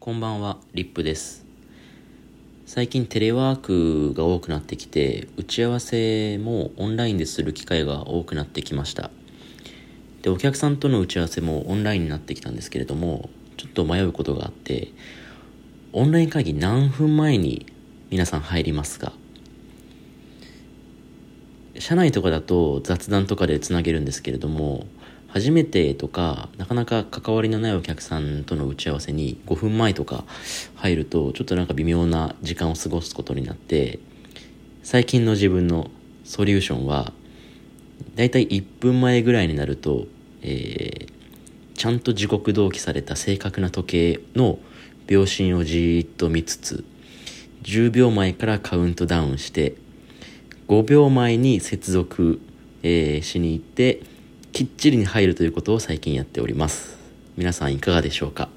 こんばんは、リップです。最近テレワークが多くなってきて、打ち合わせもオンラインでする機会が多くなってきました。で、お客さんとの打ち合わせもオンラインになってきたんですけれども、ちょっと迷うことがあって、オンライン会議何分前に皆さん入りますか？社内とかだと雑談とかでつなげるんですけれども、初めてとかなかなか関わりのないお客さんとの打ち合わせに5分前とか入るとちょっとなんか微妙な時間を過ごすことになって、最近の自分のソリューションはだいたい1分前ぐらいになると、ちゃんと時刻同期された正確な時計の秒針をじーっと見つつ、10秒前からカウントダウンして5秒前に接続、しに行ってきっちりに入るということを最近やっております。皆さんいかがでしょうか？